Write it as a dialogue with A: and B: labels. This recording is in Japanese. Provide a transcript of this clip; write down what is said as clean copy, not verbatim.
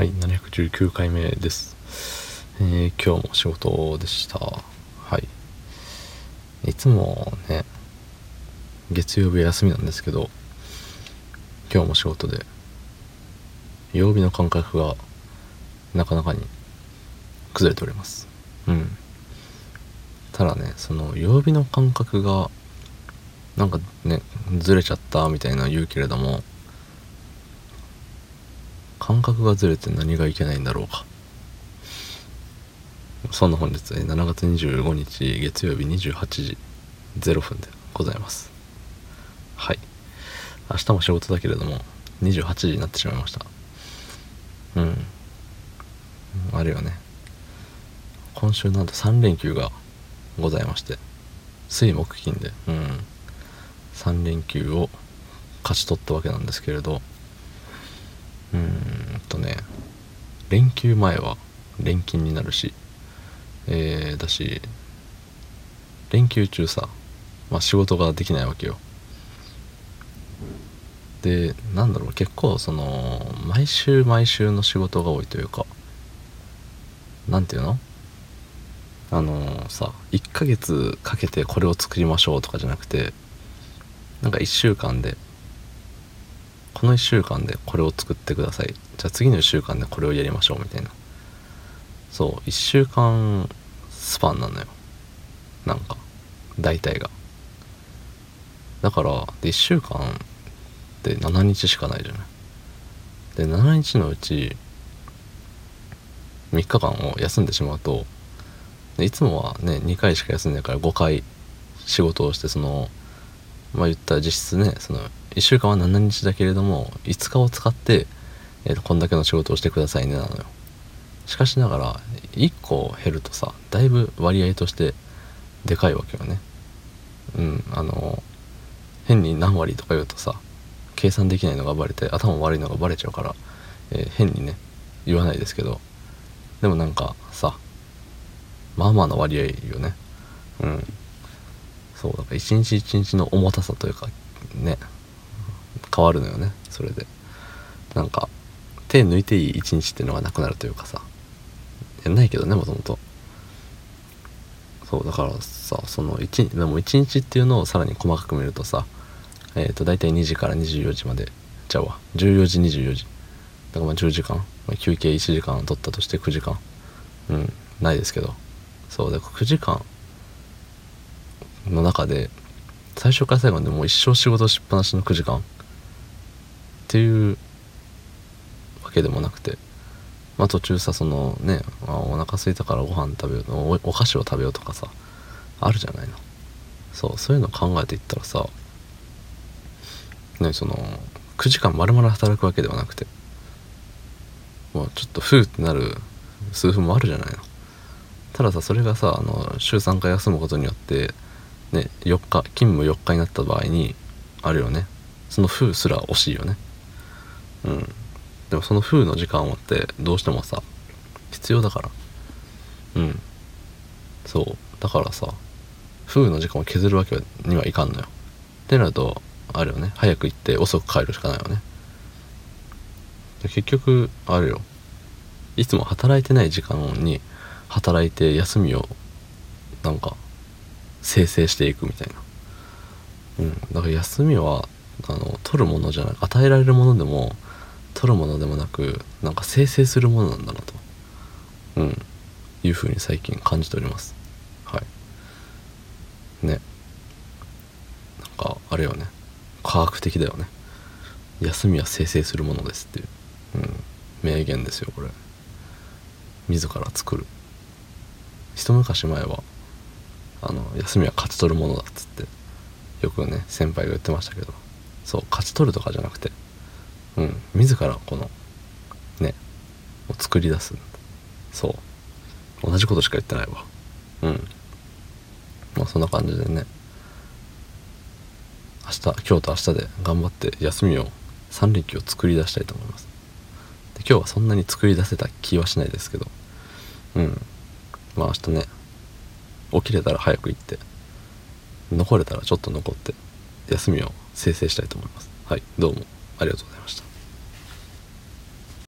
A: はい、719回目です。今日も仕事でした。はい。いつもね、月曜日は休みなんですけど、今日も仕事で、曜日の感覚がなかなかに崩れております。ただね、その曜日の感覚がなんかね、ずれちゃったみたいな言うけれども、感覚がずれて何がいけないんだろうか。そんな本日7月25日月曜日28時0分でございます。はい。明日も仕事だけれども28時になってしまいました。あれよね、今週なんと3連休がございまして、水木金で3連休を勝ち取ったわけなんですけれど、連休前は連勤になるし、だし連休中さ、仕事ができないわけよ。で、なんだろう、結構その毎週毎週の仕事が多いというか、なんていうの、1ヶ月かけてこれを作りましょうとかじゃなくて、なんか1週間で、この1週間でこれを作ってください、じゃあ次の1週間でこれをやりましょうみたいな、そう1週間スパンなのよ、なんか大体が。だからで1週間で7日しかないじゃない。で7日のうち3日間を休んでしまうと、いつもはね2回しか休んでないから5回仕事をして、その言ったら実質ね、その1週間は7日だけれども5日を使って、こんだけの仕事をしてくださいねなのよ。しかしながら1個減るとさ、だいぶ割合としてでかいわけよね。変に何割とか言うとさ、計算できないのがバレて頭悪いのがバレちゃうから、変にね言わないですけど、でもなんかさ、まあまあな割合よね。そうだから一日一日の重たさというかね、変わるのよね。それでなんか手抜いていい一日っていうのがなくなるというかさ、ないけどね、もともと。そうだからさ、そのでも1日っていうのをさらに細かく見るとさ、だいたい2時から24時までちゃうわ、14時24時だから10時間、休憩1時間取ったとして9時間ないですけど、そうで9時間の中で最初から最後までもう一生仕事しっぱなしの9時間っていうわけでもなくて、途中さ、そのね、お腹空いたからご飯食べよう、お菓子を食べようとかさ、あるじゃないの。そういうの考えていったらさ、ね、その9時間丸々働くわけではなくて、もうちょっとふーってなる数分もあるじゃないの。たださ、それがさ、週3回休むことによってね、4日勤務4日になった場合にあるよね、そのふーすら惜しいよね。でもそのふーの時間をってどうしてもさ必要だから、そうだからさ、ふーの時間を削るわけにはいかんのよ。ってなるとあるよね、早く行って遅く帰るしかないよね。で結局あるよ、いつも働いてない時間に働いて休みをなんか生成していくみたいな。だから休みは取るものじゃない、与えられるものでも取るものでもなく、なんか生成するものなんだなというふうに最近感じております。はいね。なんかあれよね、科学的だよね。休みは生成するものですっていう、名言ですよこれ。自ら作る。一昔前は休みは勝ち取るものだっつってよくね先輩が言ってましたけど、そう勝ち取るとかじゃなくて、自らこのねを作り出す。そう同じことしか言ってないわ。そんな感じでね、今日と明日で頑張って休みを3連休を作り出したいと思います。で今日はそんなに作り出せた気はしないですけど、明日ね起きれたら早く行って、残れたらちょっと残って休みを生成したいと思います。はい、どうもありがとうございました。